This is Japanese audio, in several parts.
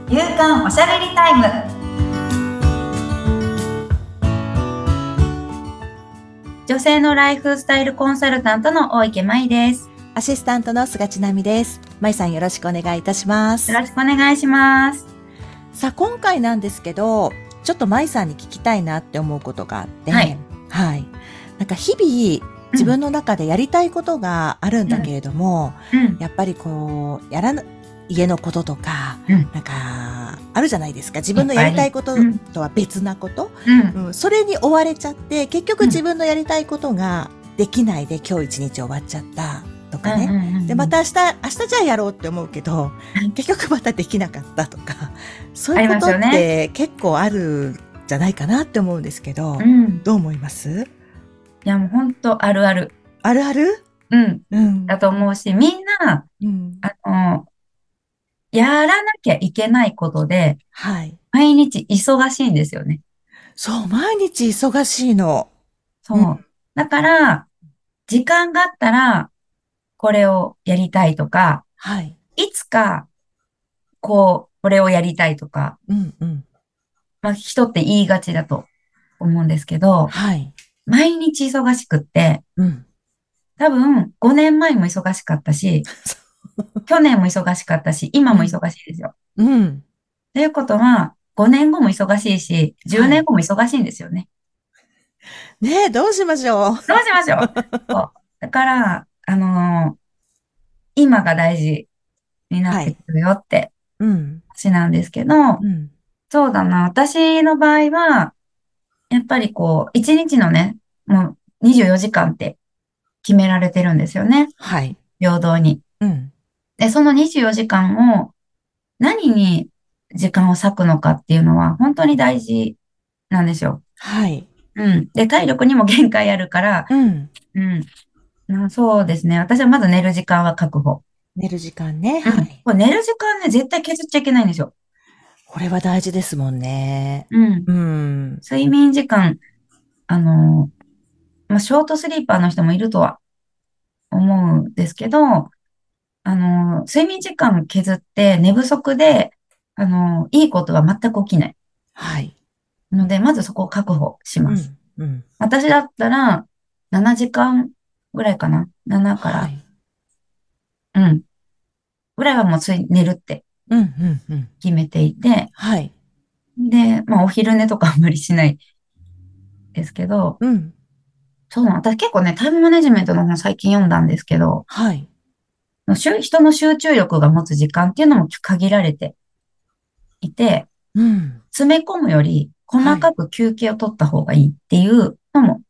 夕刊おしゃべりタイム。女性のライフスタイルコンサルタントの大池舞です。 アシスタントの菅千奈美です。舞さん、よろしくお願いいたします。 よろしくお願いします。 さあ、今回なんですけど、ちょっと舞さんに聞きたいなって思うことがあって、 はい。 なんか日々、自分の中でやりたいことがあるんだけれども、やっぱり家のこととか、なんか、あるじゃないですか。自分のやりたいこととは別なこと、それに追われちゃって、結局自分のやりたいことができないで今日一日終わっちゃったとかね。で、また明日じゃあやろうって思うけど、結局またできなかったとか、そういうことって結構あるんじゃないかなって思うんですけど、どう思います？ いや、もう本当あるある。 あるある？ だと思うし、みんな、やらなきゃいけないことで、毎日忙しいんですよね。 そう、毎日忙しいの。 そう。だから、時間があったら、これをやりたいとか、いつか、これをやりたいとか、まあ、人って言いがちだと思うんですけど、毎日忙しくって、多分5年前も忙しかったし、去年も忙しかったし、今も忙しいですよ。ということは、5年後も忙しいし、10年後も忙しいんですよね。 ねえ、どうしましょう。 どうしましょう。そう。だから、今が大事になってくるよって話なんですけど、そうだな。私の場合は、やっぱり1日のね、もう24時間って決められてるんですよね。平等に。で、その24時間を何に時間を割くのかっていうのは本当に大事なんですよ。で、体力にも限界あるから、そうですね。私はまず寝る時間は確保。 寝る時間ね。 これ寝る時間ね、絶対削っちゃいけないんですよ。 これは大事ですもんね。 睡眠時間、まあ、ショートスリーパーの人もいるとは思うんですけど、睡眠時間削って寝不足で、いいことは全く起きない。ので、まずそこを確保します。私だったら、7時間ぐらいかな。7から、ぐらいはもう寝るって決めていて、で、まあ、お昼寝とかは無理しないですけど、そうなの。私結構ね、タイムマネジメントの本最近読んだんですけど、人の集中力が持つ時間っていうのも限られていて、詰め込むより細かく休憩を取った方がいいっていうのも。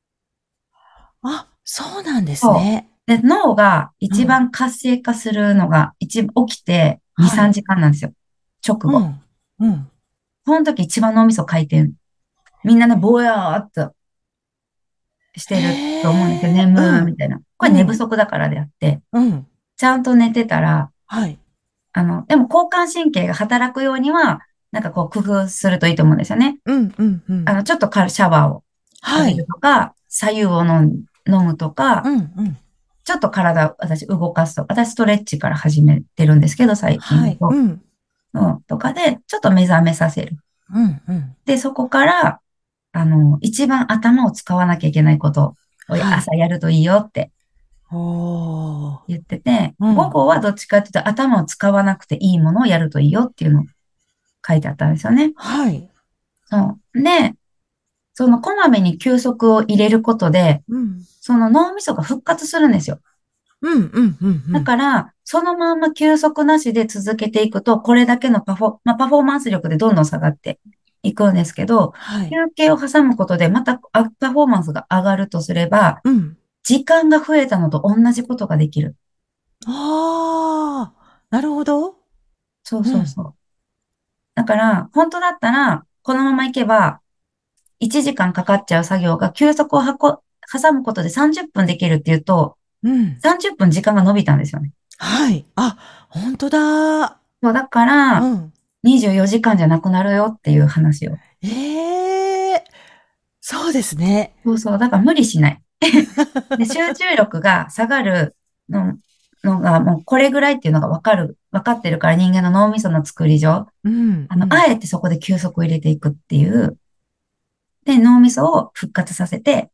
そうなんですね。 で、脳が一番活性化するのが起きて2、3時間なんですよ。直後。その時一番脳みそ回転。みんなね、ぼやーっとしてると思うんですよ。眠ーみたいな。これ寝不足だからであって、ちゃんと寝てたら、でも交感神経が働くようには、なんか工夫するといいと思うんですよね。ちょっとシャワーを浴びるとか、左右を飲むとか、ちょっと私動かすと。私ストレッチから始めてるんですけど、最近と。とかで、ちょっと目覚めさせる。で、そこから、一番頭を使わなきゃいけないことを朝やるといいよって言ってて、午後はどっちかっていうと頭を使わなくていいものをやるといいよっていうのを書いてあったんですよね。そう。で、そのこまめに休息を入れることで、その脳みそが復活するんですよ。だから、そのまま休息なしで続けていくと、これだけのパフォーマンス力でどんどん下がっていくんですけど、休憩を挟むことでまたパフォーマンスが上がるとすれば、時間が増えたのと同じことができる。 なるほど。 そうそうそう。だから、本当だったら、このままいけば、1時間かかっちゃう作業が休息を挟むことで30分できるっていうと、30分時間が伸びたんですよね。 本当だ。 そう、だから、24時間じゃなくなるよっていう話を。 そうですね。 そうそう、だから無理しない。で、集中力が下がるののが、もうこれぐらいっていうのがわかってるから人間の脳みその作り上、あえてそこで休息を入れていくっていう、で、脳みそを復活させて、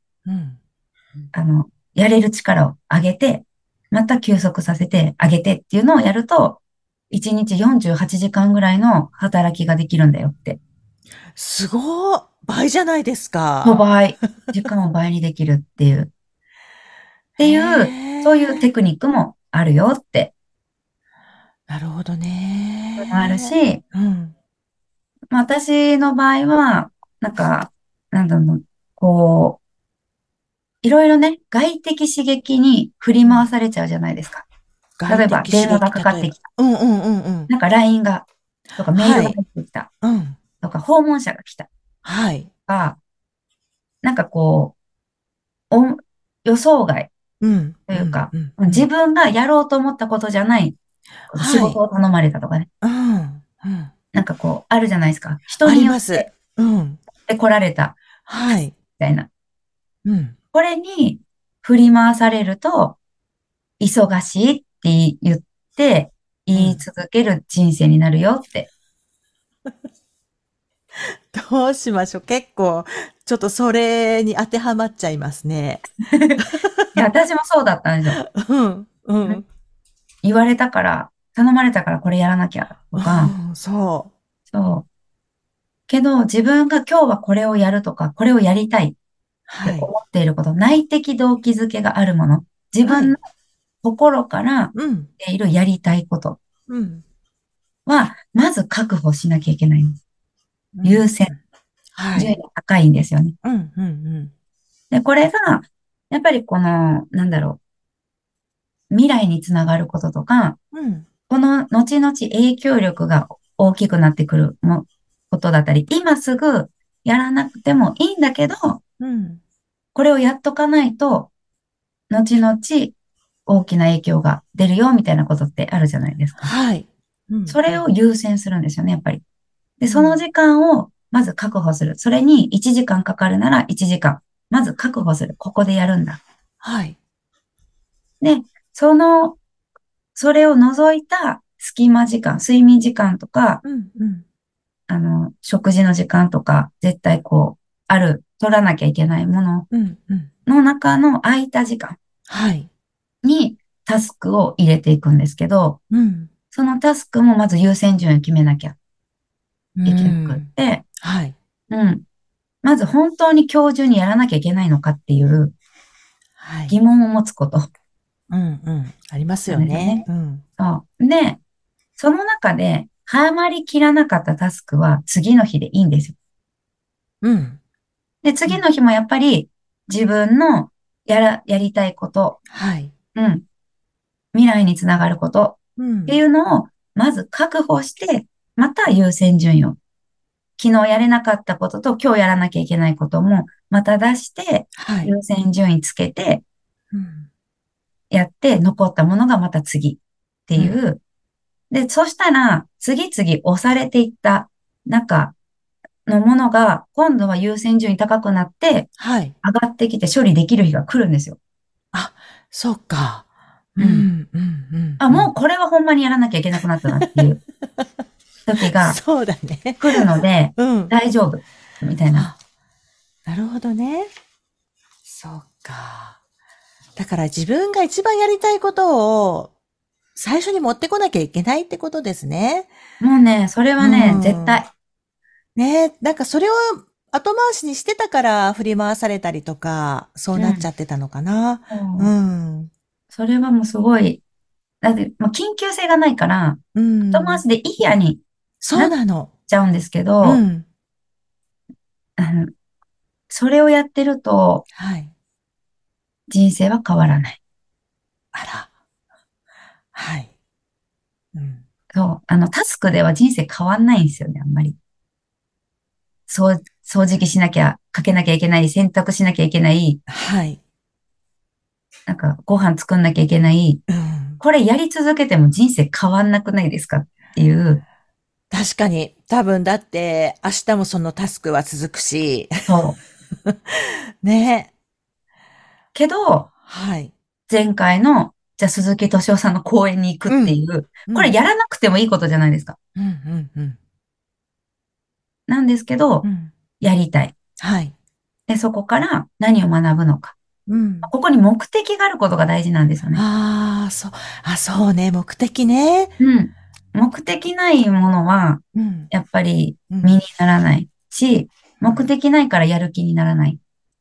やれる力を上げて、また休息させて上げてっていうのをやると、1日48時間ぐらいの働きができるんだよって。 すごい倍じゃないですか。 倍。時間を倍にできるっていう。っていう、そういうテクニックもあるよって。 なるほどあるね。 し、私の場合は、なんか、なんだろう、こう、いろいろね、外的刺激に振り回されちゃうじゃないですか。例えば、 外的刺激、 電話がかかっ例えば。 てきた。 うん。 なんか LINE が、とかメールはい。 が入ってきた。 うん。 とか、訪問者が来た。とはい。 か、なんかこう、予想外うん。 というか、 うん。 自分がやろうと思ったことじゃない仕はい。 事を頼まれたとかね。 うん。うん。 なんかこう、あるじゃないですか。人あにります。 よって、 うん。 で来られた。みはい。 たいな。 うん。 これに振り回されると、忙しいって言って、言いうん。 続ける人生になるよって。 どうしましょう。結構、ちょっとそれに当てはまっちゃいますね。 いや、私もそうだったんですよ。 うん。うん。 言われたから、頼まれたからこれやらなきゃとか、 うん。そう。 そう。けど、自分が今日はこれをやるとか、これをやりたいってはい。 思っていること、内的動機づけがあるもの、自分のはい。 心からうん。 しているやりたいことうん。 は、まず確保しなきゃいけないんです。 うん。 優先はい。 順位が高いんですよね。 うん。うん。 で、これが、やっぱりこの、なんだろう、未来につながることとか、 うん。 この後々影響力が大きくなってくることだったり、今すぐやらなくてもいいんだけど、 うん。 これをやっとかないと、後々大きな影響が出るよみたいなことってあるじゃないですか。 はい。うん。 それを優先するんですよね、やっぱり。で、 うん。 その時間をまず確保する。それに1時間かかるなら1時間。まず確保する。ここでやるんだ。 はい。 で、その、それを除いた隙間時間、睡眠時間とか、 うん。うん。 食事の時間とか、絶対こう、取らなきゃいけないものうん。うん。 の中の空いた時間はい。 にタスクを入れていくんですけど、 うん。 そのタスクもまず優先順位を決めなきゃういけなくっん。 て、 はい。 うん。まず本当に今日中にやらなきゃいけないのかっていうはい。 疑問を持つことうん。うん。ありますなんよね。 ですよね。 うん。 そう。で、その中で、ハマりきらなかったタスクは次の日でいいんですよ。 うん。 で、 うん。 次の日もやっぱり自分のやりたいこと、 はい。 うん、未来につながることっていうん。 うのをまず確保して、また優先順位を。昨日やれなかったことと今日やらなきゃいけないこともまた出して、 はい。 優先順位つけて、 うん。 やって残ったものがまた次ってうん。 いう。で、そしたら、次々押されていった中のものが、今度は優先順位高くなって、 はい。 上がってきて処理できる日が来るんですよ。 あ、そっか。ううん。 ん。うん。 あ、 うん。 もうこれはほんまにやらなきゃいけなくなったなっていう時がそうだね。 来るので、 うん。 大丈夫。みたいな。 あ、なるほどね。そうか。だから自分が一番やりたいことを最初に持ってこなきゃいけないってことですね。 もうね、それうはね、絶ん。 対。 ね、なんかそれを後回しにしてたから振り回されたりとか、そうなっちゃうん。 ってたのかな。うそうん。 それはもうすごい。だって、まあ、緊急性がないから、 うん。 後回しでいいやになっそうなの。 ちゃうんですけど、 うん。 あのそれをやってるとはい。 人生は変わらない。 あら。はい。うん。 そう、タスクでは人生変わんないんですよね、あんまり。掃除機しなきゃ、かけなきゃいけない、洗濯しなきゃいけない、 はい。 なんかご飯作んなきゃいけない。 うん。 これやり続けても人生変わんなくないですかっていう。 確かに。多分だって、明日もそのタスクは続くし。 そう。 ね。 けど、 はい。 前回のじゃあ鈴木敏夫さんの公演に行くっていう、これうん。 やらなくてもいいことじゃないですか。 うん。うん。 なんですけど、 うん。 やりたい。 はい。 で、そこから何を学ぶのか。 うん。 ここに目的があることが大事なんですよね。 ああ、そう。あ、そうね。目的ね。 うん。目的ないものは、 うん。 やっぱりうん。 身にならないし、目的ないからやる気にならない。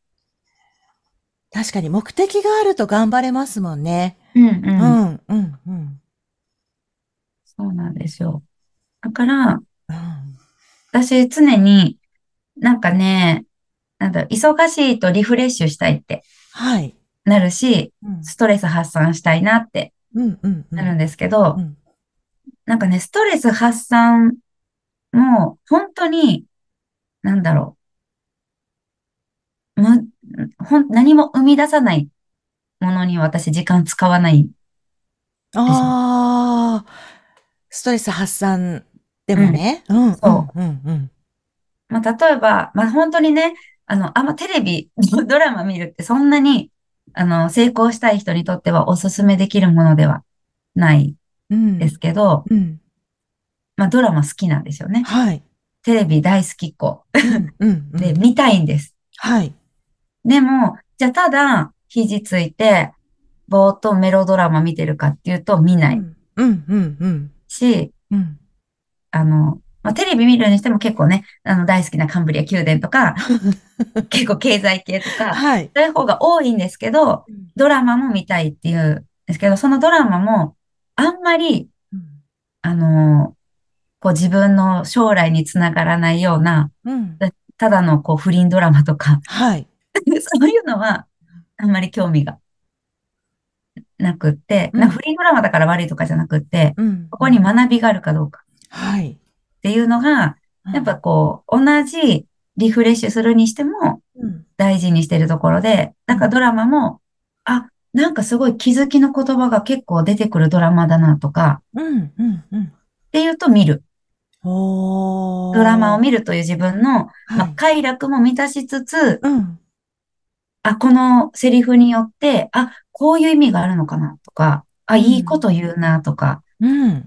確かに目的があると頑張れますもんね。 うんうん。 うん。うん。うん。 そうなんですよ。だから、 うん。 私常になんかね、なんだろう、忙しいとリフレッシュしたいってはい。 なるし、 うん。 ストレス発散したいなってうん。うん。うん。 なるんですけど、 うん。 なんかね、ストレス発散も本当に、なんだろう、何も生み出さないものに私時間使わないんですよ。 ああ、ストレス発散でうん。 もね。うん。うん。 そう。 うん。うん。 まあ、例えば、まあ、本当にね、あんまテレビ、ドラマ見るってそんなに、成功したい人にとってはおすすめできるものではないうん。 ですけど、 うん。 まあ、ドラマ好きなんですよね。 はい。 テレビ大好きっ子。 うん。うん。うで、 ん。 見たいんです。 はい。 でも、じゃあただ、肘ついて、ぼーっとメロドラマ見てるかっていうと見ないうん。うん。うん。うん。 し、 うん。 まあ、テレビ見るにしても結構ね、大好きなカンブリア宮殿とか、結構経済系とか、 はい。 そういう方が多いんですけど、 うん。 ドラマも見たいっていうんですけど、そのドラマも、あんまり、 うん。 あの、こう自分の将来につながらないような、 うん。 ただのこう不倫ドラマとか、 はい。 そういうのは、あんまり興味がなくって、 うん。 不倫ドラマだから悪いとかじゃなくって、 うん。 ここにうん。 学びがあるかどうかはい。 っていうのが、やっぱうん。 こう、同じリフレッシュするにしてもうん。 大事にしてるところで、 うん。 なんかドラマも、あ、なんかすごい気づきの言葉が結構出てくるドラマだなとか、 うん。うん。うん。 っていうと見る。ドラマをおー。 見るという自分の、まあ、 はい。 快楽も満たしつつ、 うん。 あ、このセリフによって、あ、こういう意味があるのかなとか、あ、 うん。 いいこと言うなとか、 うん。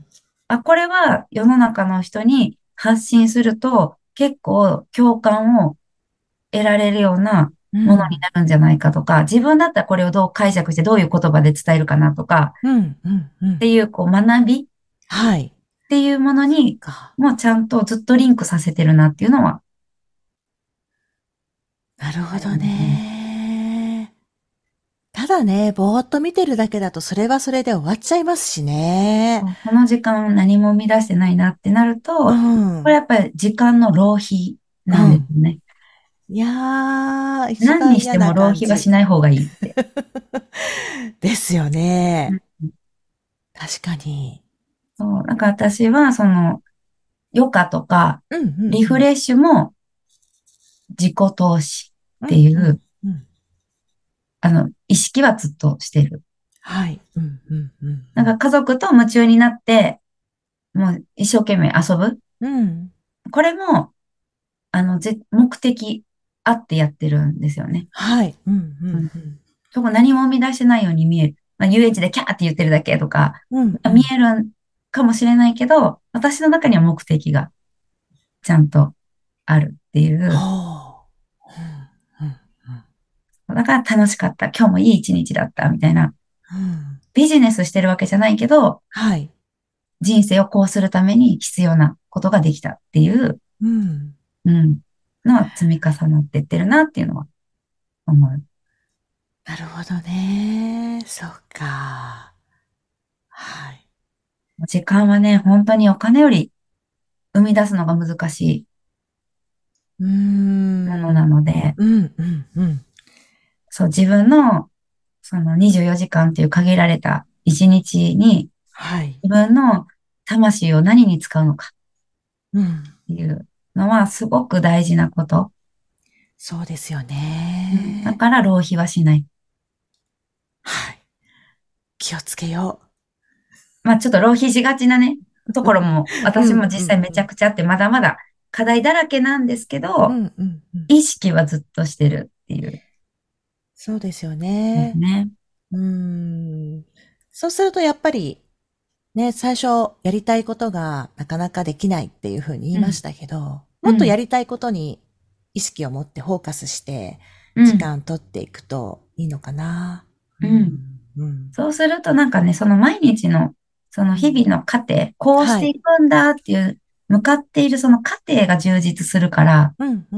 あ、これは世の中の人に発信すると結構共感を得られるようなものにうん。 なるんじゃないかとか、自分だったらこれをどう解釈してどういう言葉で伝えるかなとか、 うん。うん。うん。 っていうこう学びっはい。 ていうものそっにか。 もうちゃんとずっとリンクさせてるなっていうのはなるほどありますね。 ね。ただね、ぼーっと見てるだけだとそれはそれで終わっちゃいますしね。 この時間何も生み出してないなってなるうと、これん。 やっぱり時間の浪費なんですうん。 よね。 いやー、一何にして番嫌なも浪費はし感じ。 ない方がいいって。 ですよね。 うん。 確かに。 そう。だから私は、余暇とか、 うんうんうん。 リフレッシュも自己投資っうんうんていう、 うん。 意識はずっとしてる。 はい。うんうんうんうん。 なんか家族と夢中になって、もう一生懸命遊ぶ。 うん。 これも、目的あってやってるんですよね。 はい。うんううん。 んうん。 そこ何も生み出してないように見える。まあ、遊園地でキャーって言ってるだけとか、 うんうん。 見えるかもしれないけど、私の中には目的がちゃんとあるっていう。 ほう。うんうんだから楽しかった。今日もいい一日だった。みたいな。 うん。 ビジネスしてるわけじゃないけど、 はい。 人生をこうするために必要なことができたっていう、 うん。 うん、のは積み重なってってるなっていうのは思う。 なるほどね。そっか。はい。 時間はね、本当にお金より生み出すのが難しいうーものなん。 ので、 うん、うん、うん。 そう、自分のその24時間っていう限られた1日にはい。 自分の魂を何に使うのかうん。 っていうのはすごく大事なこと。 そうですようん、だね。 から浪費はしない。 はい。気をつけよまあちょっと浪費しがちなね、ところもう。うん、 私も実うん、 際めちゃくちゃあってまだまだ課題だらけなんですけど、 うん。うん、うん。 意識はずっとしてるっていうそうですよですね。 ね。 うーん。 そうするとやっぱり、ね、最初やりたいことがなかなかできないっていうふうに言いましたけど、もっとやりたいことに意識を持ってフォーカスして、時間取っていくといいのかな。 そうするとなんかね、その毎日の、その日々の過程、こうしていくんだっていう、向かっているその過程が充実するから、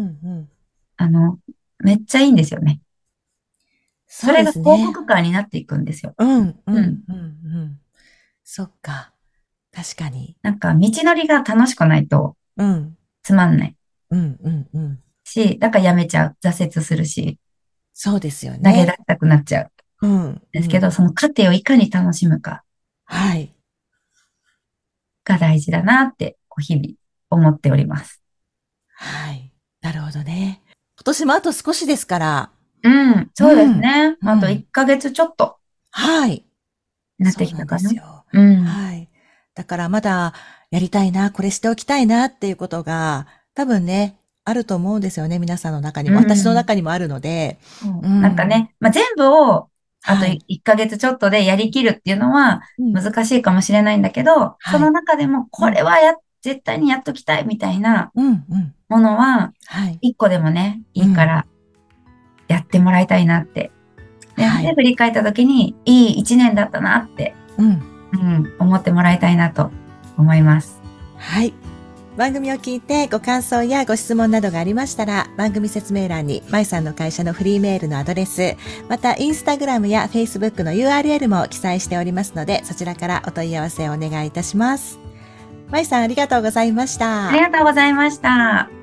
めっちゃいいんですよね。それが幸福感になっていくんですよ。 そっか。確かに。 なんか道のりが楽しくないと、つまんない。し、だからやめちゃう。挫折するし。 そうですよね。 投げ出したくなっちゃう。ですけど、その過程をいかに楽しむか。 はい。 が大事だなって、日々思っております。 はい。なるほどね。今年もあと少しですから。 そうですね。あと1ヶ月ちょっと。 はい。 なってきたかな。 そうなんですよ。はい。だからまだやりたいな、これしておきたいなっていうことが、多分ね、あると思うんですよね。皆さんの中にも。私の中にもあるので。 なんかね、全部を、あと1ヶ月ちょっとでやりきるっていうのは難しいかもしれないんだけど、その中でもこれは絶対にやっときたいみたいなものは、1個でもね、いいからやってもらいたいなって。で、振り返った時に、いい1年だったなって、思ってもらいたいなと思います。 はい。番組を聞いてご感想やご質問などがありましたら、番組説明欄にまいさんの会社のフリーメールのアドレス、またインスタグラムやフェイスブックの URL も記載しておりますので、そちらからお問い合わせをお願いいたします。まいさんありがとうございました。 ありがとうございました。